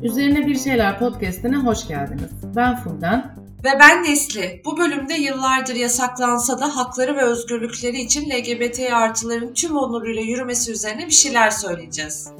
Üzerine Bir Şeyler Podcast'ine hoş geldiniz. Ben Fulden. Ve ben Nesli. Bu bölümde yıllardır yasaklansa da hakları ve özgürlükleri için LGBT artıların tüm onuruyla yürümesi üzerine bir şeyler söyleyeceğiz.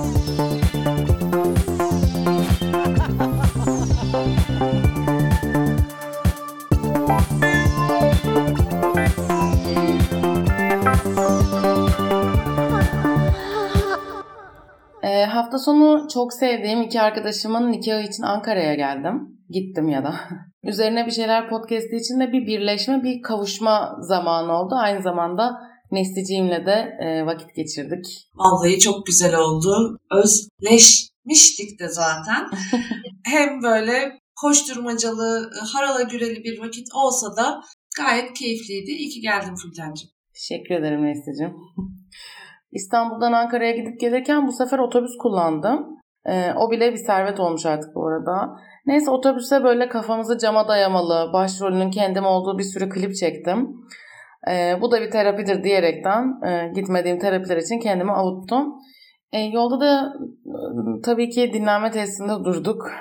Hafta sonu çok sevdiğim iki arkadaşımın nikahı için Ankara'ya geldim. Gittim ya da. Üzerine Bir Şeyler Podcast'i için de bir birleşme, bir kavuşma zamanı oldu. Aynı zamanda Nesliciğimle de vakit geçirdik. Vallahi çok güzel oldu. Özleşmiştik de zaten. Hem böyle koşturmacalı, harala güreli bir vakit olsa da gayet keyifliydi. İyi ki geldin Fulden'cim. Teşekkür ederim Nesli'cim. İstanbul'dan Ankara'ya gidip gelirken bu sefer otobüs kullandım. O bile bir servet olmuş artık bu arada. Neyse otobüse böyle kafamızı cama dayamalı, başrolünün kendim olduğu bir sürü klip çektim. Bu da bir terapidir diyerekten gitmediğim terapiler için kendimi avuttum. Yolda da tabii ki dinlenme tesisinde durduk.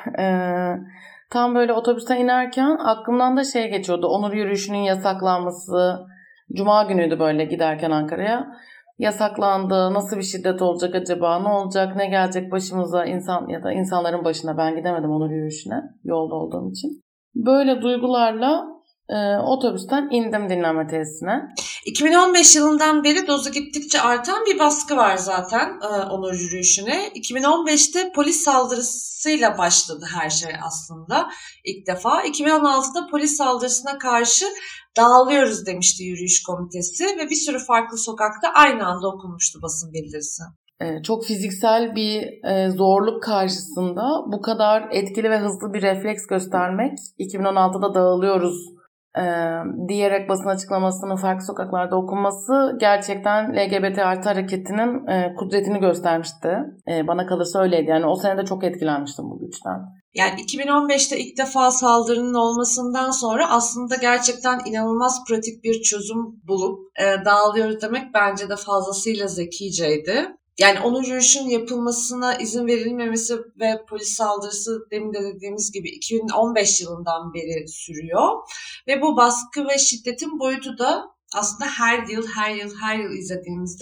Tam böyle otobüsten inerken aklımdan da şey geçiyordu. Onur yürüyüşünün yasaklanması. Cuma günüydü böyle giderken Ankara'ya. Yasaklandı. Nasıl bir şiddet olacak acaba? Ne olacak? Ne gelecek başımıza? İnsanların başına. Ben gidemedim onur yürüyüşüne. Yolda olduğum için. Böyle duygularla otobüsten indim dinlenme tesisine. 2015 yılından beri dozu gittikçe artan bir baskı var zaten onur yürüyüşüne. 2015'te polis saldırısıyla başladı her şey aslında ilk defa. 2016'da polis saldırısına karşı dağılıyoruz demişti yürüyüş komitesi ve bir sürü farklı sokakta aynı anda okunmuştu basın bildirisi. Çok fiziksel bir zorluk karşısında bu kadar etkili ve hızlı bir refleks göstermek, 2016'da dağılıyoruz diyerek basın açıklamasının farklı sokaklarda okunması gerçekten LGBT artı hareketinin kudretini göstermişti. Bana kalırsa öyleydi. Yani o sene de çok etkilenmiştim bu güçten. Yani 2015'te ilk defa saldırının olmasından sonra aslında gerçekten inanılmaz pratik bir çözüm bulup dağılıyoruz demek bence de fazlasıyla zekiceydi. Yani onur yürüyüşün yapılmasına izin verilmemesi ve polis saldırısı demin de dediğimiz gibi 2015 yılından beri sürüyor. Ve bu baskı ve şiddetin boyutu da aslında her yıl izlediğimizde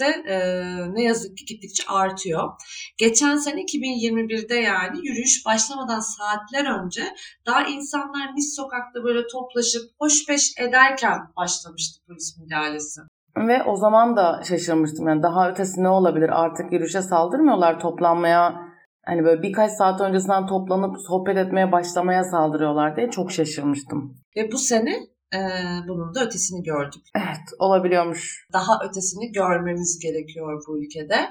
ne yazık ki gittikçe artıyor. Geçen sene 2021'de yani yürüyüş başlamadan saatler önce daha insanlar Nice sokakta böyle toplaşıp hoşbeş ederken başlamıştı polis müdahalesi. Ve o zaman da şaşırmıştım. Yani daha ötesi ne olabilir? Artık yürüyüşe saldırmıyorlar, toplanmaya, hani böyle birkaç saat öncesinden toplanıp sohbet etmeye başlamaya saldırıyorlar diye çok şaşırmıştım. Ve bu sene bunun da ötesini gördük. Evet, olabiliyormuş. Daha ötesini görmemiz gerekiyor bu ülkede.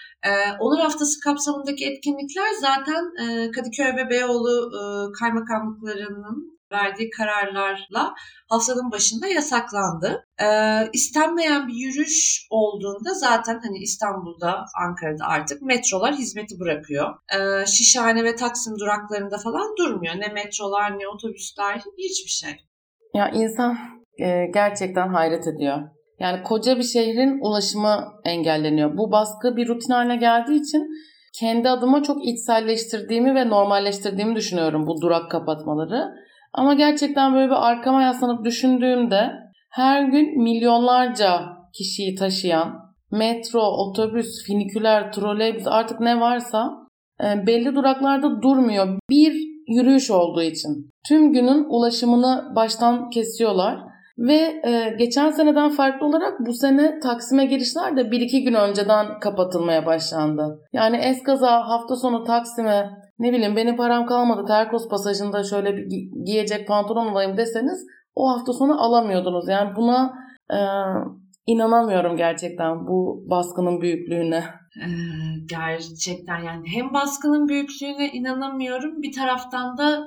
Onur Haftası kapsamındaki etkinlikler zaten Kadıköy ve Beyoğlu kaymakamlıklarının verdiği kararlarla haftanın başında yasaklandı. İstenmeyen bir yürüyüş olduğunda zaten hani İstanbul'da, Ankara'da artık metrolar hizmeti bırakıyor. Şişhane ve Taksim duraklarında falan durmuyor. Ne metrolar ne otobüsler hiçbir şey. Ya insan gerçekten hayret ediyor. Yani koca bir şehrin ulaşımı engelleniyor. Bu baskı bir rutin haline geldiği için kendi adıma çok içselleştirdiğimi ve normalleştirdiğimi düşünüyorum bu durak kapatmaları. Ama gerçekten böyle bir arkama yaslanıp düşündüğümde her gün milyonlarca kişiyi taşıyan metro, otobüs, finiküler, troleybüs artık ne varsa belli duraklarda durmuyor. Bir yürüyüş olduğu için. Tüm günün ulaşımını baştan kesiyorlar. Ve geçen seneden farklı olarak bu sene Taksim'e girişler de 1-2 gün önceden kapatılmaya başlandı. Yani eskaza hafta sonu Taksim'e ne bileyim benim param kalmadı Terkos pasajında şöyle bir giyecek pantolon alayım deseniz o hafta sonu alamıyordunuz. Yani buna inanamıyorum gerçekten bu baskının büyüklüğüne. Gerçekten yani hem baskının büyüklüğüne inanamıyorum bir taraftan da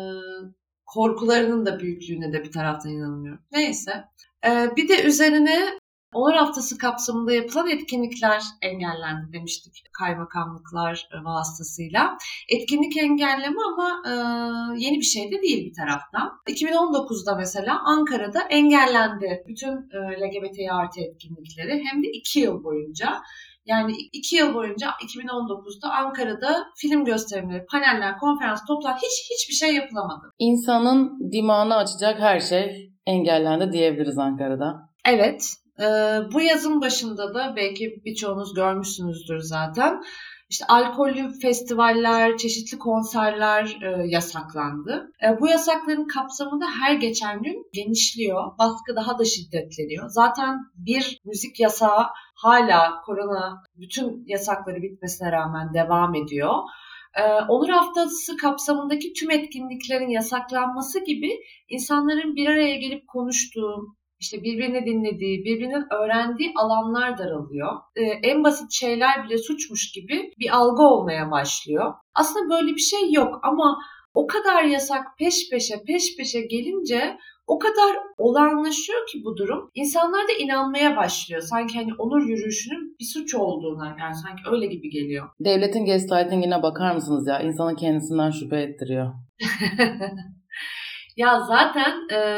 korkularının da büyüklüğüne de bir taraftan inanamıyorum. Neyse. Bir de üzerine Onur Haftası kapsamında yapılan etkinlikler engellendi demiştik kaymakamlıklar vasıtasıyla. Etkinlik engelleme ama yeni bir şey de değil bir taraftan. 2019'da mesela Ankara'da engellendi bütün LGBT artı etkinlikleri hem de 2 yıl boyunca. Yani 2 yıl boyunca 2019'da Ankara'da film gösterimleri, paneller, konferans, toplantı hiçbir şey yapılamadı. İnsanın dimağını açacak her şey engellendi diyebiliriz Ankara'da. Evet. Bu yazın başında da belki birçoğunuz görmüşsünüzdür zaten. İşte alkollü festivaller, çeşitli konserler yasaklandı. Bu yasakların kapsamı da her geçen gün genişliyor. Baskı daha da şiddetleniyor. Zaten bir müzik yasağı hala korona bütün yasakları bitmesine rağmen devam ediyor. Onur Haftası kapsamındaki tüm etkinliklerin yasaklanması gibi insanların bir araya gelip konuştuğu, İşte birbirini dinlediği, birbirinden öğrendiği alanlar daralıyor. En basit şeyler bile suçmuş gibi bir algı olmaya başlıyor. Aslında böyle bir şey yok ama o kadar yasak peş peşe gelince o kadar olağanlaşıyor ki bu durum. İnsanlar da inanmaya başlıyor. Sanki hani onur yürüyüşünün bir suç olduğuna, yani sanki öyle gibi geliyor. Devletin gaslighting'ine bakar mısınız ya? İnsanı kendisinden şüphe ettiriyor. Ya zaten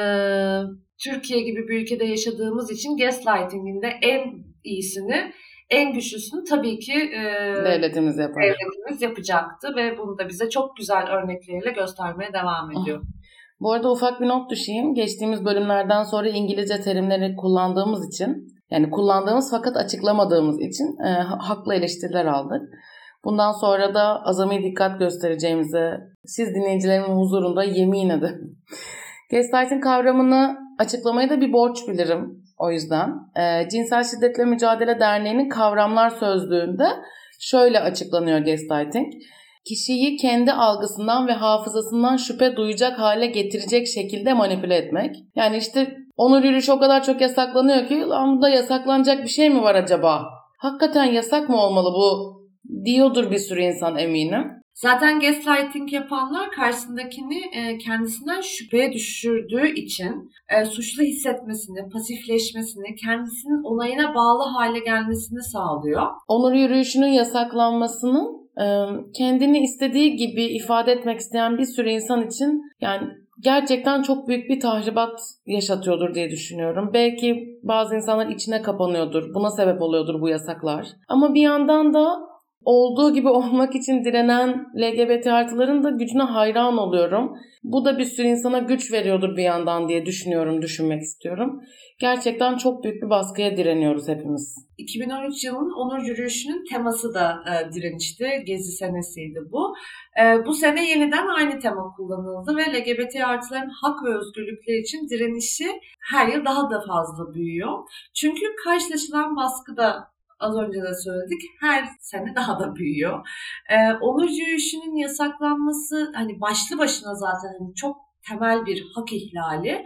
Türkiye gibi bir ülkede yaşadığımız için gaslighting'in de en iyisini, en güçlüsünü tabii ki devletimiz yapar. Devletimiz yapacaktı ve bunu da bize çok güzel örnekleriyle göstermeye devam ediyor. Bu arada ufak bir not düşeyim. Geçtiğimiz bölümlerden sonra İngilizce terimleri kullandığımız için, yani kullandığımız fakat açıklamadığımız için haklı eleştiriler aldık. Bundan sonra da azami dikkat göstereceğimize siz dinleyicilerimin huzurunda yemin ederim. Gaslighting kavramını açıklamayı da bir borç bilirim o yüzden. Cinsel Şiddetle Mücadele Derneği'nin kavramlar sözlüğünde şöyle açıklanıyor gaslighting. Kişiyi kendi algısından ve hafızasından şüphe duyacak hale getirecek şekilde manipüle etmek. Yani işte onur yürüyüşü o kadar çok yasaklanıyor ki lan burada yasaklanacak bir şey mi var acaba? Hakikaten yasak mı olmalı bu diyordur bir sürü insan eminim. Zaten gaslighting yapanlar karşısındakini kendisinden şüpheye düşürdüğü için suçlu hissetmesini, pasifleşmesini, kendisinin onayına bağlı hale gelmesini sağlıyor. Onur yürüyüşünün yasaklanmasının kendini istediği gibi ifade etmek isteyen bir sürü insan için yani gerçekten çok büyük bir tahribat yaşatıyordur diye düşünüyorum. Belki bazı insanlar içine kapanıyordur. Buna sebep oluyordur bu yasaklar. Ama bir yandan da olduğu gibi olmak için direnen LGBT artıların da gücüne hayran oluyorum. Bu da bir sürü insana güç veriyordur bir yandan diye düşünmek istiyorum. Gerçekten çok büyük bir baskıya direniyoruz hepimiz. 2013 yılının onur yürüyüşünün teması da direnişti. Gezi senesiydi bu. Bu sene yeniden aynı tema kullanıldı ve LGBT artıların hak ve özgürlükler için direnişi her yıl daha da fazla büyüyor. Çünkü karşılaşılan baskı da az önce de söyledik, her sene daha da büyüyor. Onur yürüyüşünün yasaklanması hani başlı başına zaten hani çok temel bir hak ihlali.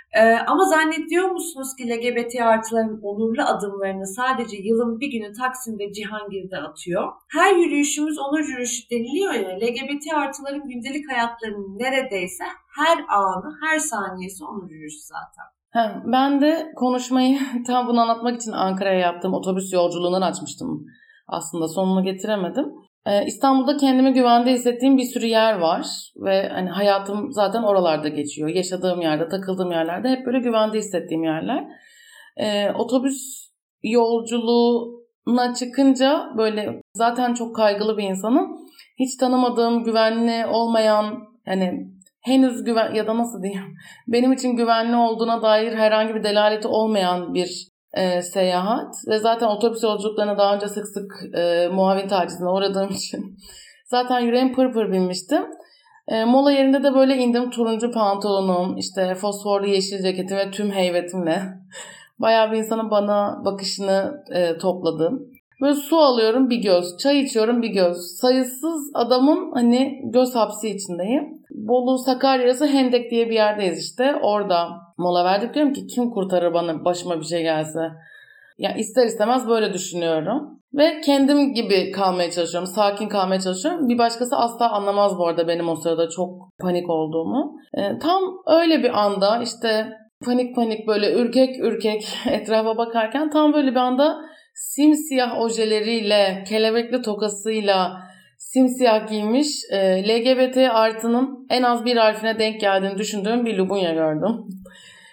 Ama zannediyor musunuz ki LGBT artıların onurlu adımlarını sadece yılın bir günü Taksim'de, Cihangir'de atıyor? Her yürüyüşümüz onur yürüyüşü deniliyor ya, LGBT artıların gündelik hayatlarının neredeyse her anı, her saniyesi onur yürüyüşü zaten. Ben de konuşmayı tam bunu anlatmak için Ankara'ya yaptığım otobüs yolculuğundan açmıştım. Aslında sonunu getiremedim. İstanbul'da kendimi güvende hissettiğim bir sürü yer var ve hani hayatım zaten oralarda geçiyor. Yaşadığım yerde, takıldığım yerlerde hep böyle güvende hissettiğim yerler. Otobüs yolculuğuna çıkınca böyle zaten çok kaygılı bir insanım. Hiç tanımadığım, güvenli olmayan, yani henüz ya da nasıl diyeyim, benim için güvenli olduğuna dair herhangi bir delaleti olmayan bir seyahat ve zaten otobüs yolculuklarına daha önce sık sık muavin tacizine uğradığım için zaten yüreğim pır binmiştim. Mola yerinde de böyle indim, turuncu pantolonum, işte fosforlu yeşil ceketim ve tüm heybetimle bayağı bir insanın bana bakışını topladım. Böyle su alıyorum bir göz, çay içiyorum bir göz. Sayısız adamın hani göz hapsi içindeyim. Bolu Sakarya Hendek diye bir yerdeyiz işte. Orada mola verdik, diyorum ki kim kurtarır bana, başıma bir şey gelse. Ya ister istemez böyle düşünüyorum. Ve kendim gibi kalmaya çalışıyorum. Sakin kalmaya çalışıyorum. Bir başkası asla anlamaz bu arada benim o sırada çok panik olduğumu. Tam öyle bir anda işte panik böyle ürkek etrafa bakarken tam böyle bir anda simsiyah ojeleriyle, kelebekli tokasıyla simsiyah giymiş LGBT artının en az bir harfine denk geldiğini düşündüğüm bir Lubunya gördüm.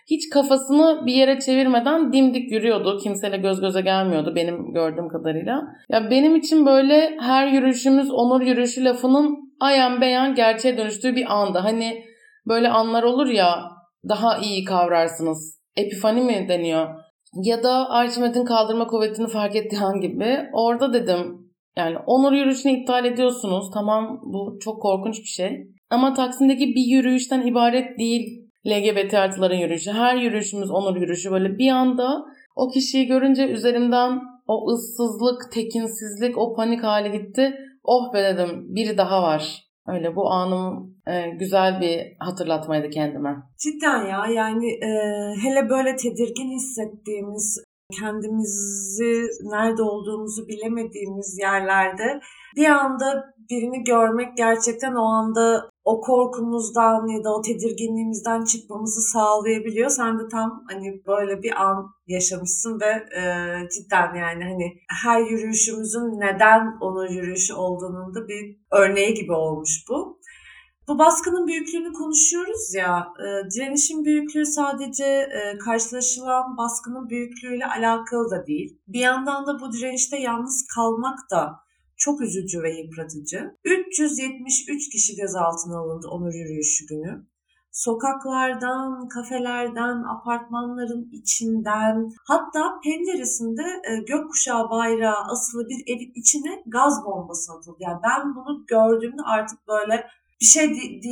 hiç kafasını bir yere çevirmeden dimdik yürüyordu. Kimseyle göz göze gelmiyordu benim gördüğüm kadarıyla. Ya benim için böyle her yürüyüşümüz onur yürüyüşü lafının ayan beyan gerçeğe dönüştüğü bir anda. Hani böyle anlar olur ya, daha iyi kavrarsınız. Epifani mi deniyor? Ya da Arşimet'in kaldırma kuvvetini fark ettiği an gibi. Orada dedim yani onur yürüyüşünü iptal ediyorsunuz. Tamam, bu çok korkunç bir şey. Ama Taksim'deki bir yürüyüşten ibaret değil LGBT artıların yürüyüşü. Her yürüyüşümüz onur yürüyüşü. Böyle bir anda o kişiyi görünce üzerimden o ıssızlık, tekinsizlik, o panik hali gitti. Oh be dedim, biri daha var. Öyle bu anım güzel bir hatırlatmaydı kendime. Cidden ya, yani hele böyle tedirgin hissettiğimiz, kendimizi nerede olduğumuzu bilemediğimiz yerlerde bir anda birini görmek gerçekten o anda o korkumuzdan ya da o tedirginliğimizden çıkmamızı sağlayabiliyor. Sen de tam hani böyle bir an yaşamışsın ve cidden yani hani her yürüyüşümüzün neden onur yürüyüşü olduğunun da bir örneği gibi olmuş bu. Bu baskının büyüklüğünü konuşuyoruz ya, direnişin büyüklüğü sadece karşılaşılan baskının büyüklüğüyle alakalı da değil. Bir yandan da bu direnişte yalnız kalmak da çok üzücü ve yıpratıcı. 373 kişi gözaltına alındı onur yürüyüşü günü. Sokaklardan, kafelerden, apartmanların içinden, hatta penceresinde gökkuşağı bayrağı asılı bir evin içine gaz bombası atıldı. Yani ben bunu gördüğümde artık böyle bir şey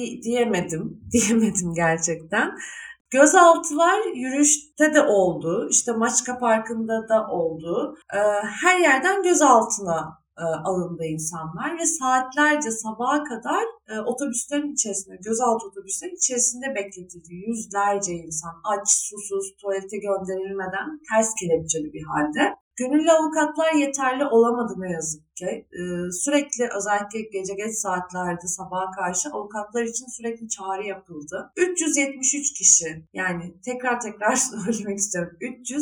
diyemedim gerçekten. Gözaltılar yürüyüşte de oldu, işte Maçka Parkı'nda da oldu. Her yerden gözaltına alındı insanlar ve saatlerce sabaha kadar otobüslerin içerisinde, gözaltı otobüslerin içerisinde bekletildi. Yüzlerce insan aç, susuz, tuvalete gönderilmeden ters kelepçeli bir halde. Gönüllü avukatlar yeterli olamadı ne yazık ki. Sürekli özellikle gece geç saatlerde sabaha karşı avukatlar için sürekli çağrı yapıldı. 373 kişi, yani tekrar söylemek istiyorum,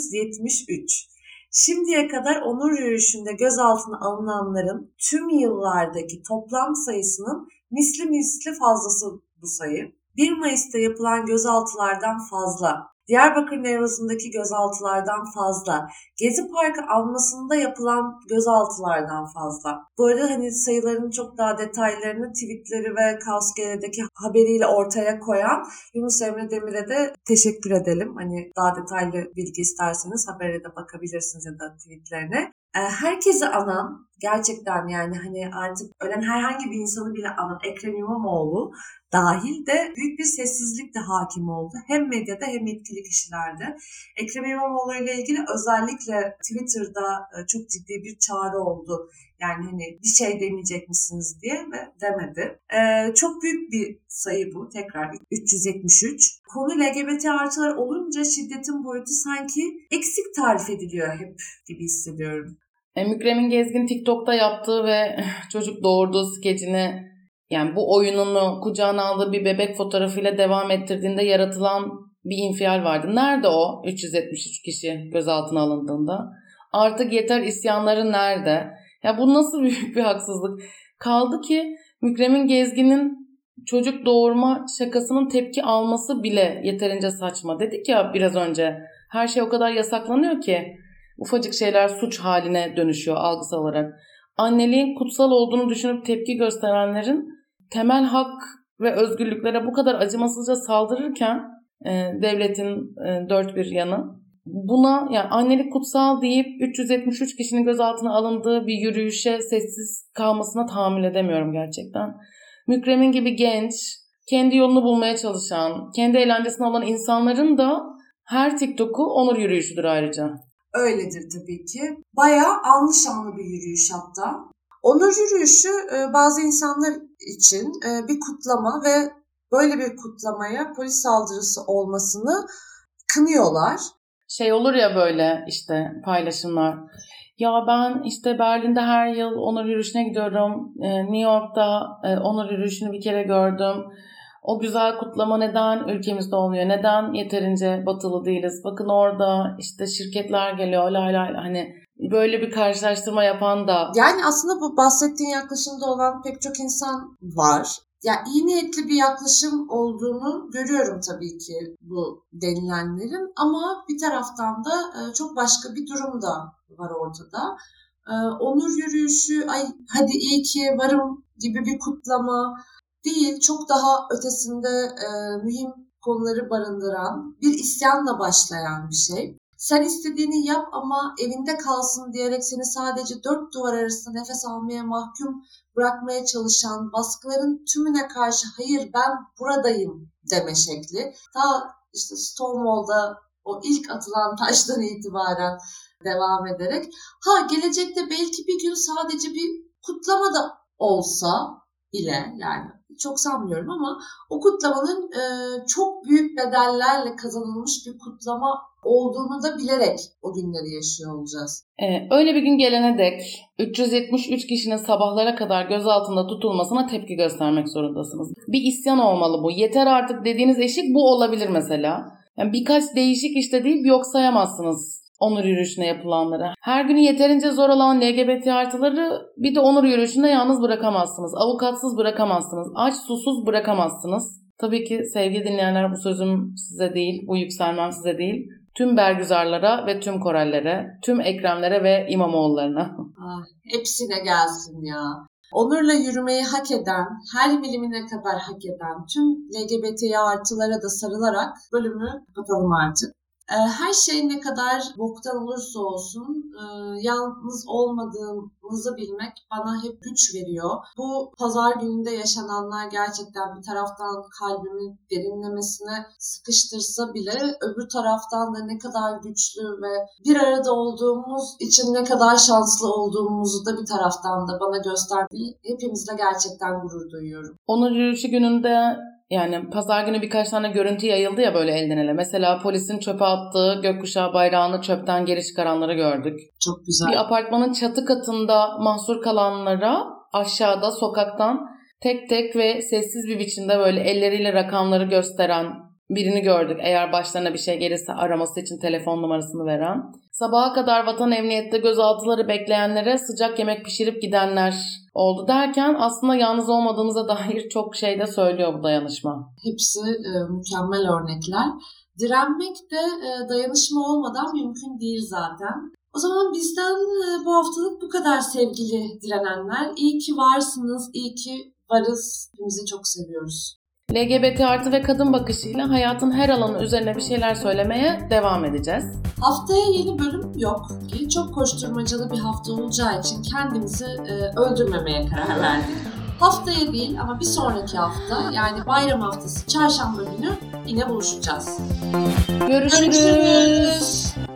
373. Şimdiye kadar onur yürüyüşünde gözaltına alınanların tüm yıllardaki toplam sayısının misli fazlası bu sayı. 1 Mayıs'ta yapılan gözaltılardan fazla. Diyarbakır Nevruz'undaki gözaltılardan fazla, Gezi Parkı almasında yapılan gözaltılardan fazla. Bu arada hani sayıların çok daha detaylarını tweetleri ve Kaos Gele'deki haberiyle ortaya koyan Yunus Emre Demir'e de teşekkür edelim. Hani daha detaylı bilgi isterseniz habere de bakabilirsiniz ya da tweetlerine. Herkesi anan, gerçekten yani hani artık ölen herhangi bir insanı bile anan Ekrem İmamoğlu dahil de büyük bir sessizlik de hakim oldu. Hem medyada hem yetkili kişilerde. Ekrem İmamoğlu ile ilgili özellikle Twitter'da çok ciddi bir çağrı oldu. Yani hani bir şey demeyecek misiniz diye ve demedi. Çok büyük bir sayı bu. Tekrar 373. Konu LGBT artılar olunca şiddetin boyutu sanki eksik tarif ediliyor hep gibi hissediyorum. Mükrem'in Gezgin TikTok'ta yaptığı ve çocuk doğurduğu skecini, yani bu oyununu kucağına aldığı bir bebek fotoğrafıyla devam ettirdiğinde yaratılan bir infial vardı. Nerede o 373 kişi gözaltına alındığında? Artık yeter isyanları nerede? Ya bu nasıl büyük bir haksızlık? Kaldı ki Mükrem'in Gezgin'in çocuk doğurma şakasının tepki alması bile yeterince saçma. Dedik ya biraz önce, her şey o kadar yasaklanıyor ki ufacık şeyler suç haline dönüşüyor algısal olarak. Anneliğin kutsal olduğunu düşünüp tepki gösterenlerin temel hak ve özgürlüklere bu kadar acımasızca saldırırken devletin dört bir yanı, buna yani annelik kutsal deyip 373 kişinin gözaltına alındığı bir yürüyüşe sessiz kalmasına tahammül edemiyorum gerçekten. Mükrem'in gibi genç, kendi yolunu bulmaya çalışan, kendi eğlencesine olan insanların da her TikTok'u onur yürüyüşüdür ayrıca. Öyledir tabii ki. Bayağı anlı şanlı bir yürüyüş hatta. Onur yürüyüşü bazı insanlar için bir kutlama ve böyle bir kutlamaya polis saldırısı olmasını kınıyorlar. Şey olur ya böyle işte paylaşımlar. Ya ben işte Berlin'de her yıl onur yürüyüşüne gidiyorum. New York'ta onur yürüyüşünü bir kere gördüm. O güzel kutlama neden ülkemizde olmuyor? Neden yeterince batılı değiliz? Bakın orada işte şirketler geliyor. Hani böyle bir karşılaştırma yapan da. Yani aslında bu bahsettiğin yaklaşımda olan pek çok insan var. Ya iyi niyetli bir yaklaşım olduğunu görüyorum tabii ki bu denilenlerin, ama bir taraftan da çok başka bir durum da var ortada. Onur yürüyüşü, ay hadi iyi ki varım gibi bir kutlama değil, çok daha ötesinde mühim konuları barındıran, bir isyanla başlayan bir şey. Sen istediğini yap ama evinde kalsın diyerek seni sadece dört duvar arasında nefes almaya mahkum bırakmaya çalışan, baskıların tümüne karşı hayır ben buradayım deme şekli. Ta işte Stonewall'da o ilk atılan taştan itibaren devam ederek, gelecekte belki bir gün sadece bir kutlama da olsa bile, yani çok sanmıyorum ama o kutlamanın çok büyük bedellerle kazanılmış bir kutlama olduğunu da bilerek o günleri yaşıyor olacağız. Öyle bir gün gelene dek 373 kişinin sabahlara kadar gözaltında tutulmasına tepki göstermek zorundasınız. Bir isyan olmalı bu. Yeter artık dediğiniz eşik bu olabilir mesela. Yani birkaç değişik işte deyip yok sayamazsınız onur yürüyüşüne yapılanları. Her günü yeterince zor olan LGBT artıları bir de onur yürüyüşünde yalnız bırakamazsınız. Avukatsız bırakamazsınız. Aç susuz bırakamazsınız. Tabii ki sevgili dinleyenler, bu sözüm size değil, bu yükselmem size değil. Tüm Bergüzarlara ve tüm Korellere, tüm Ekremlere ve İmamoğullarına. Hepsine gelsin ya. Onurla yürümeyi hak eden, her milimine kadar hak eden tüm LGBT artılara da sarılarak bölümü kapatalım artık. Her şey ne kadar boktan olursa olsun yalnız olmadığımızı bilmek bana hep güç veriyor. Bu pazar gününde yaşananlar gerçekten bir taraftan kalbimin derinlemesine sıkıştırsa bile öbür taraftan da ne kadar güçlü ve bir arada olduğumuz için ne kadar şanslı olduğumuzu da bir taraftan da bana gösterdiği, hepimizle gerçekten gurur duyuyorum. Onur yürüyüşü gününde, yani pazar günü birkaç tane görüntü yayıldı ya böyle elden ele. Mesela polisin çöpe attığı gökkuşağı bayrağını çöpten geri çıkaranları gördük. Çok güzel. Bir apartmanın çatı katında mahsur kalanlara aşağıda sokaktan tek tek ve sessiz bir biçimde böyle elleriyle rakamları gösteren birini gördük. Eğer başlarına bir şey gelirse araması için telefon numarasını veren. Sabaha kadar vatan emniyette gözaltıları bekleyenlere sıcak yemek pişirip gidenler oldu derken aslında yalnız olmadığımıza dair çok şey de söylüyor bu dayanışma. Hepsi mükemmel örnekler. Direnmek de dayanışma olmadan mümkün değil zaten. O zaman bizden bu haftalık bu kadar sevgili direnenler. İyi ki varsınız, iyi ki varız. Hepimizi çok seviyoruz. LGBT artı ve kadın bakışıyla hayatın her alanı üzerine bir şeyler söylemeye devam edeceğiz. Haftaya yeni bölüm yok. Çok koşturmacalı bir hafta olacağı için kendimizi öldürmemeye karar verdik. Haftaya değil ama bir sonraki hafta, yani bayram haftası çarşamba günü yine buluşacağız. Görüşürüz.